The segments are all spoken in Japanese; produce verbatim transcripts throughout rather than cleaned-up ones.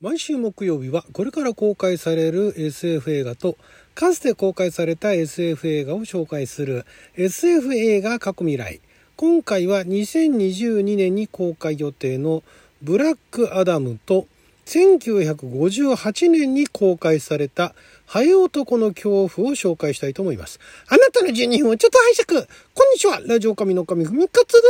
毎週木曜日はこれから公開される エスエフ 映画とかつて公開された エスエフ 映画を紹介する エスエフ 映画過去未来。今回はにせんにじゅうにねんに公開予定のブラックアダムとせんきゅうひゃくごじゅうはちねんに公開されたハエ男の恐怖を紹介したいと思います。あなたのじゅうにふんをちょっと拝借。こんにちは、ラジオ神の神ふみかつです。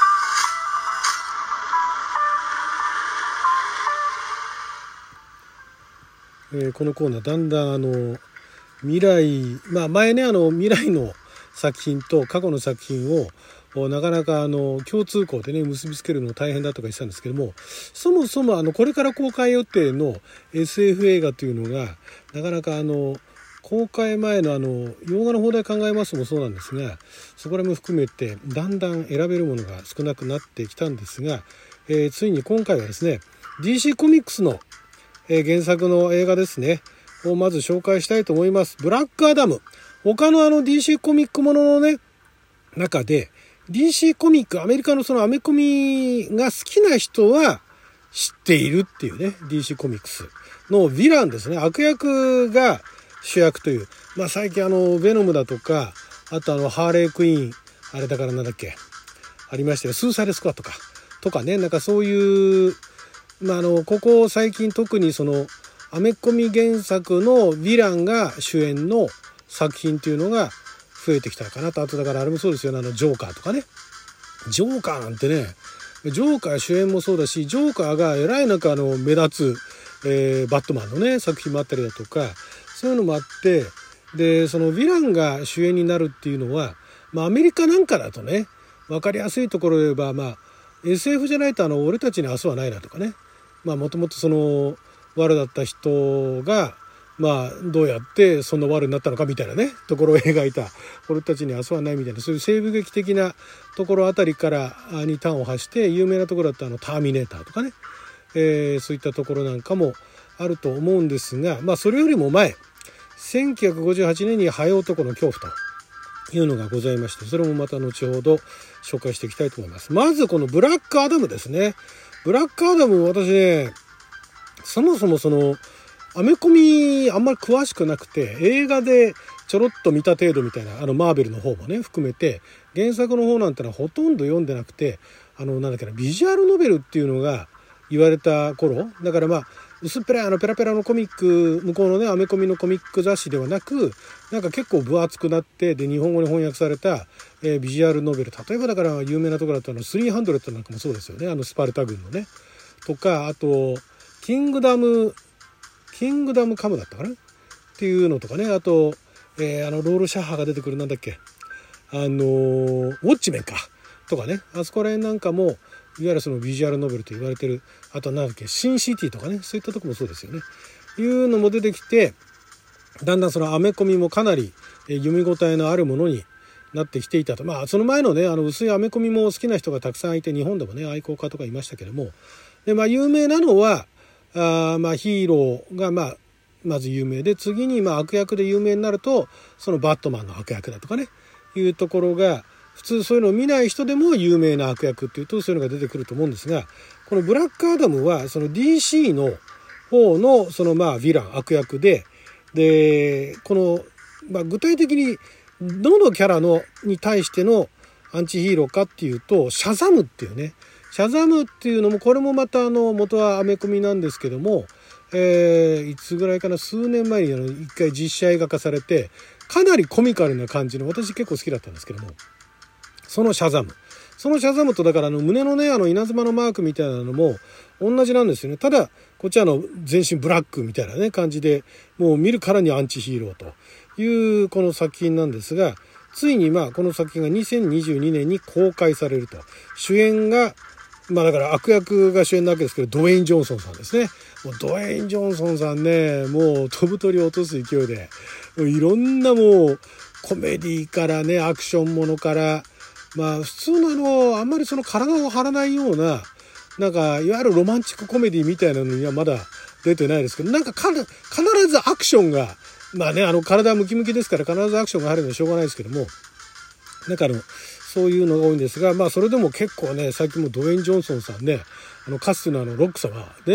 えー、このコーナーだんだんあの未来、まあ前ねあの未来の作品と過去の作品をなかなかあの共通項でね結びつけるの大変だとか言ってたんですけども、そもそもあのこれから公開予定の エスエフ 映画というのがなかなかあの公開前のあの洋画の放題考えますもそうなんですが、そこらも含めてだんだん選べるものが少なくなってきたんですが、えー、ついに今回はですね ディーシー コミックスのえー、原作の映画ですねをまず紹介したいと思います。ブラックアダム。他のあの ディーシー コミックもののね中で ディーシー コミック、アメリカのそのアメコミが好きな人は知っているっていうね ディーシー コミックスのヴィランですね。悪役が主役という、まあ最近あのベノムだとか、あとあのハーレークイーン、あれだからなんだっけありましたよ、スーサイドスクワットかとかね、なんかそういうまあ、あのここ最近特にそのアメコミ原作のヴィランが主演の作品っていうのが増えてきたかなと。あとだからあれもそうですよね、あのジョーカーとかね。ジョーカーなんてね、ジョーカー主演もそうだし、ジョーカーがえらいなんかあの目立つ、えー、バットマンのね作品もあったりだとか、そういうのもあって、でそのヴィランが主演になるっていうのは、まあ、アメリカなんかだとね分かりやすいところで言えば、まあ エスエフ じゃないとあの俺たちに明日はないなとかね、まあもともとその悪だった人がまあどうやってそんな悪になったのかみたいなねところを描いた俺たちに明日はないみたいな、そういう西部劇的なところあたりからに端を発して有名なところだったあのターミネーターとかね、えー、そういったところなんかもあると思うんですが、まあそれよりも前せんきゅうひゃくごじゅうはちねんにハエ男の恐怖というのがございまして、それもまた後ほど紹介していきたいと思います。まずこのブラックアダムですね。ブラックアダム、私ねそもそもそのアメコミあんまり詳しくなくて、映画でちょろっと見た程度みたいな、あのマーベルの方もね含めて原作の方なんてのはほとんど読んでなくて、あのなんだっけな、ビジュアルノベルっていうのが言われた頃だから、まあ薄っぺらいあのペラペラのコミック、向こうのねアメコミのコミック雑誌ではなく、なんか結構分厚くなって、で日本語に翻訳された、えー、ビジュアルノベル、例えばだから有名なところだとあのさんびゃくなんかもそうですよね、あのスパルタ軍のねとか、あとキングダムキングダムカムだったかなっていうのとかね、あと、えー、あのロールシャッハーが出てくるなんだっけあのー、ウォッチメンかとかね、あそこら辺なんかもいわゆるそのビジュアルノベルと言われてる、あとなんだっけシンシティとかね、そういったとこもそうですよね、いうのも出てきて、だんだんそのアメコミもかなり読み応えのあるものになってきていたと。まあその前のねあの薄いアメコミも好きな人がたくさんいて、日本でもね愛好家とかいましたけども、でまあ有名なのはあまあヒーローがまあまず有名で、次にまあ悪役で有名になるとそのバットマンの悪役だとかねいうところが、普通そういうのを見ない人でも有名な悪役っていうとそういうのが出てくると思うんですが、このブラックアダムはその ディーシー の方のそのまあヴィラン悪役で、でこの、まあ、具体的にどのキャラのに対してのアンチヒーローかっていうと、シャザムっていうね、シャザムっていうのもこれもまたあの元はアメコミなんですけども、えー、いつぐらいかな、数年前にあの一回実写映画化されて、かなりコミカルな感じの、私結構好きだったんですけども、そのシャザムそのシャザムとだからあの胸のねあの稲妻のマークみたいなのも同じなんですよね。ただこっちはあの全身ブラックみたいなね感じで、もう見るからにアンチヒーローというこの作品なんですが、ついにまあこの作品がにせんにじゅうにねんに公開されると。主演がまあだから悪役が主演なわけですけど、ドウェイン・ジョンソンさんですね。もうドウェイン・ジョンソンさんね、もう飛ぶ鳥を落とす勢いで、もういろんなもうコメディからねアクションものから、まあ普通のあのあんまりその体を張らないような、なんかいわゆるロマンチックコメディみたいなのにはまだ出てないですけど、なんかか必ずアクションが、まあねあの体ムキムキですから必ずアクションが入るのはしょうがないですけども、なんかあのそういうのが多いんですが、まあそれでも結構ね最近もドウェイン・ジョンソンさんね、あのかつてのあのロック様ね、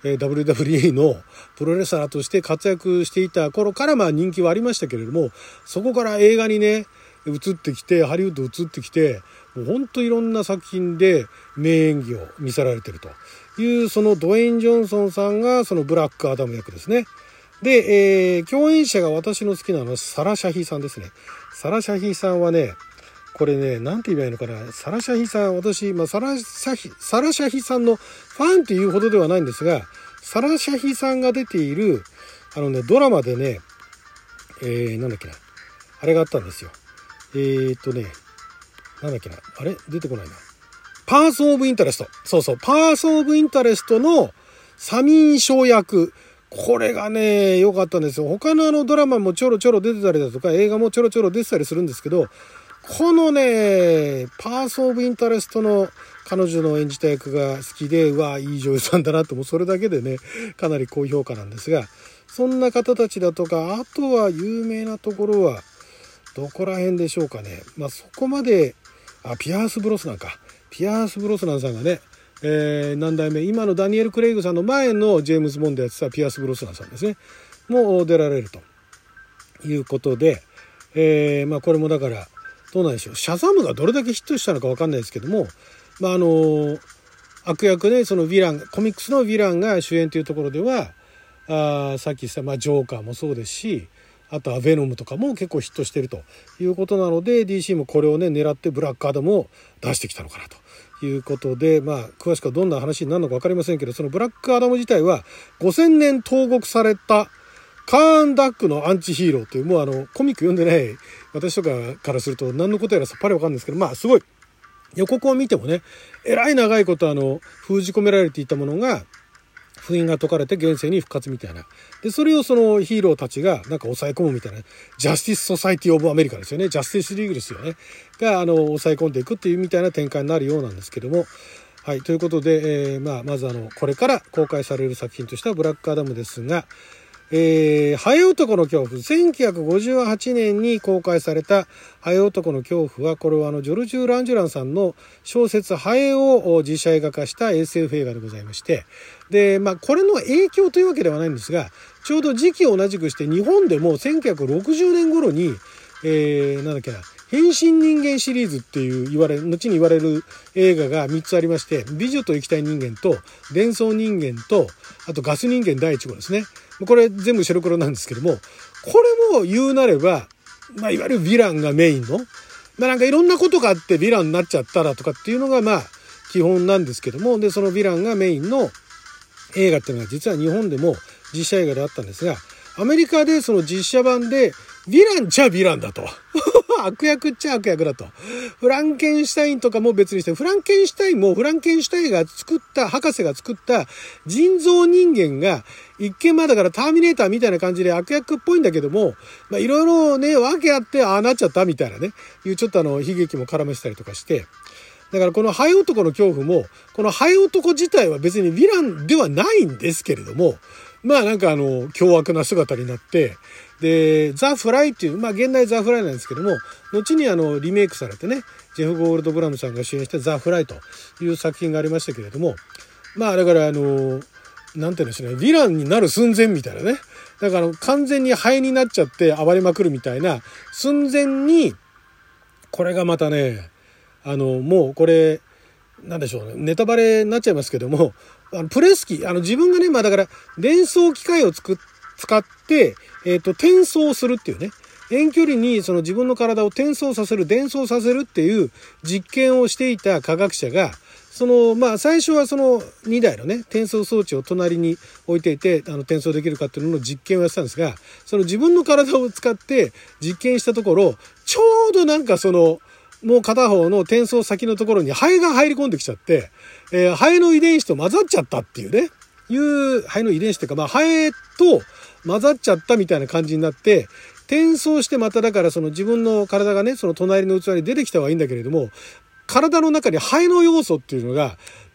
ダブリューダブリューイー のプロレスラーとして活躍していた頃からまあ人気はありましたけれども、そこから映画にね移ってきて、ハリウッド移ってきて、もうほんといろんな作品で名演技を見せられているという、そのドウェイン・ジョンソンさんがそのブラックアダム役ですね。で、えー、共演者が私の好きなのはサラ・シャヒさんですね。サラ・シャヒさんはね、これね、なんて言えばいいのかな。サラ・シャヒさん、私、まあ、サラ・シャヒ、サラ・シャヒさんのファンっていうほどではないんですが、サラ・シャヒさんが出ている、あのね、ドラマでね、えー、なんだっけな。あれがあったんですよ。えーっとね、なんだっけな。あれ出てこないな。パーソン・オブ・インタレスト。そうそう。パーソン・オブ・インタレストのサミー賞役。これがね、良かったんですよ。他のあのドラマもちょろちょろ出てたりだとか、映画もちょろちょろ出てたりするんですけど、このね、パーソン・オブ・インタレストの彼女の演じた役が好きで、うわ、いい女優さんだなと、もうそれだけでね、かなり高評価なんですが、そんな方たちだとか、あとは有名なところは、どこら辺でしょうかね。まあそこまで、あ、ピアース・ブロスナンか。ピアース・ブロスナンさんがね、えー、何代目、今のダニエル・クレイグさんの前のジェームズ・ボンドやってたピアース・ブロスナンさんですね。もう出られるということで、えー、まあこれもだから、どうなんでしょう。シャザムがどれだけヒットしたのか分かんないですけども、まああの、悪役ね、そのヴィラン、コミックスのヴィランが主演というところでは、あさっき言った、まあジョーカーもそうですし、あとはヴェノムとかも結構ヒットしてるということなので、 ディーシー もこれをね狙ってブラックアダムを出してきたのかなということで、まあ詳しくはどんな話になるのか分かりませんけど、そのブラックアダム自体はごせんねん投獄されたカーン・ダックのアンチヒーローという、もうあのコミック読んでない私とかからすると何のことやらさっぱり分かるんですけど、まあすごい予告を見てもね、えらい長いことあの封じ込められていたものが封印が解かれて現世に復活みたいな。で、それをそのヒーローたちがなんか抑え込むみたいな。ジャスティス・ソサイティ・オブ・アメリカですよね。ジャスティス・リーグですよね。が、あの、抑え込んでいくっていうみたいな展開になるようなんですけども。はい。ということで、えー、まあ、まずあの、これから公開される作品としてはブラックアダムですが、えー、ハエ男の恐怖、せんきゅうひゃくごじゅうはちねんに公開されたハエ男の恐怖は、これはあのジョルジュ・ランジュランさんの小説ハエを実写映画化した エスエフ 映画でございまして、で、まあこれの影響というわけではないんですが、ちょうど時期を同じくして日本でもせんきゅうひゃくろくじゅうねん頃に、えー、なんだっけな、変身人間シリーズっていう言われ、後に言われる映画がみっつありまして、美女と生きたい人間と、伝送人間と、あとガス人間だいいち号ですね。これ全部白黒なんですけども、これも言うなれば、まあいわゆるヴィランがメインの、まあなんかいろんなことがあってヴィランになっちゃったらとかっていうのがまあ基本なんですけども、で、そのヴィランがメインの映画っていうのは実は日本でも実写映画であったんですが、アメリカでその実写版でヴィランっちゃヴィランだと。悪役っちゃ悪役だと。フランケンシュタインとかも別にして、フランケンシュタインもフランケンシュタインが作った、博士が作った人造人間が一見まあだからターミネーターみたいな感じで悪役っぽいんだけども、まあいろいろね、わけあってああなっちゃったみたいなね、いうちょっとあの悲劇も絡めしたりとかして、だからこのハエ男の恐怖も、このハエ男自体は別にヴィランではないんですけれども、まあなんかあの凶悪な姿になって、で、ザ・フライっていう、まあ現代ザ・フライなんですけども、後にあのリメイクされてね、ジェフ・ゴールドブラムさんが主演したザ・フライという作品がありましたけれども、まあだからあの、なんていうんですね、ヴィランになる寸前みたいなね、だから完全にハエになっちゃって暴れまくるみたいな寸前に、これがまたね、あの、もうこれ、なんでしょうね、ネタバレになっちゃいますけども、あのプレス機、あの自分がね、まあだから伝送機械をつく使って、えっと、転送するっていうね、遠距離にその自分の体を転送させる、伝送させるっていう実験をしていた科学者が、その、まあ最初はそのにだいのね、転送装置を隣に置いていて、あの転送できるかっていうのの実験をやってたんですが、その自分の体を使って実験したところ、ちょうどなんかその、もう片方の転送先のところにハエが入り込んできちゃって、えー、ハエの遺伝子と混ざっちゃったっていうね、いうハエの遺伝子というか、まあハエと混ざっちゃったみたいな感じになって、転送してまただからその自分の体がね、その隣の器に出てきたはいいんだけれども、体の中にハエの要素っていうのが、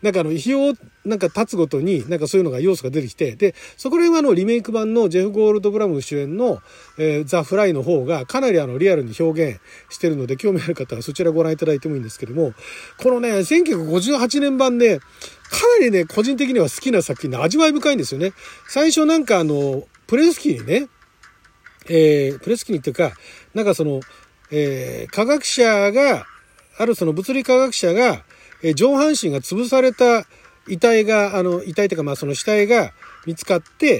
なんかあの日をなんか経つごとになんかそういうのが要素が出てきて、でそこら辺はあのリメイク版のジェフ・ゴールドブラム主演の、えー、ザ・フライの方がかなりあのリアルに表現してるので、興味ある方はそちらご覧いただいてもいいんですけども、このねせんきゅうひゃくごじゅうはちねん版でかなりね個人的には好きな作品で味わい深いんですよね。最初なんかあのプレスキーにね、えー、プレスキーにっていうかなんかその、えー、科学者があるその物理科学者が、えー、上半身が潰された遺体があの遺体というかまあその死体が見つかって、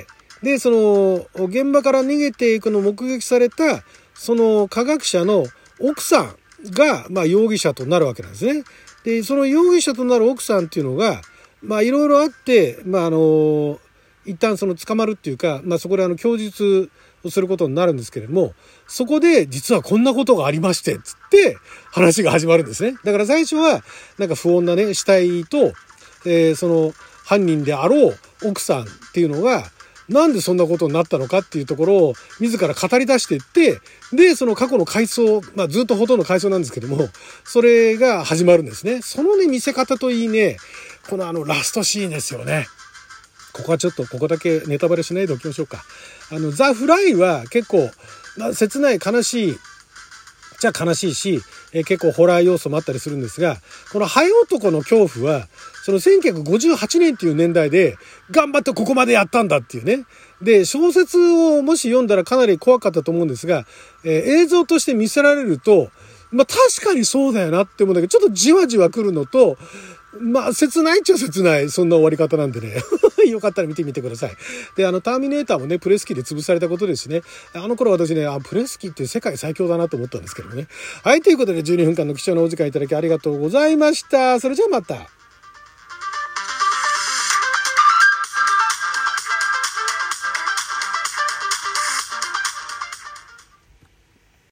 でその現場から逃げていくのを目撃されたその科学者の奥さんがまあ容疑者となるわけなんですね。でその容疑者となる奥さんっていうのがまあいろいろあってまああの一旦その捕まるっていうか、まあそこであの供述をすることになるんですけれども、そこで実はこんなことがありましてつって話が始まるんですね。だから最初はなんか不穏なね死体と、えー、その犯人であろう奥さんっていうのがなんでそんなことになったのかっていうところを自ら語り出していって、でその過去の回想、まあずっとほとんど回想なんですけども、それが始まるんですね。そのね見せ方といいね、このあのラストシーンですよね。ここはちょっとここだけネタバレしないでおきましょうか。あのザ・フライは結構、まあ、切ない悲しいじゃ悲しいし、えー、結構ホラー要素もあったりするんですが、このハエ男の恐怖はそのせんきゅうひゃくごじゅうはちねんっていう年代で頑張ってここまでやったんだっていうね。で小説をもし読んだらかなり怖かったと思うんですが、えー、映像として見せられるとまあ確かにそうだよなって思うんだけど、ちょっとじわじわ来るのと、まあ切ないっちゃ切ない、そんな終わり方なんでねよかったら見てみてください。であのターミネーターもねプレス機で潰されたことですしね、あの頃私ねあプレス機って世界最強だなと思ったんですけどもね。はい、ということでじゅうにふんかんの貴重なお時間いただきありがとうございました。それじゃあまた。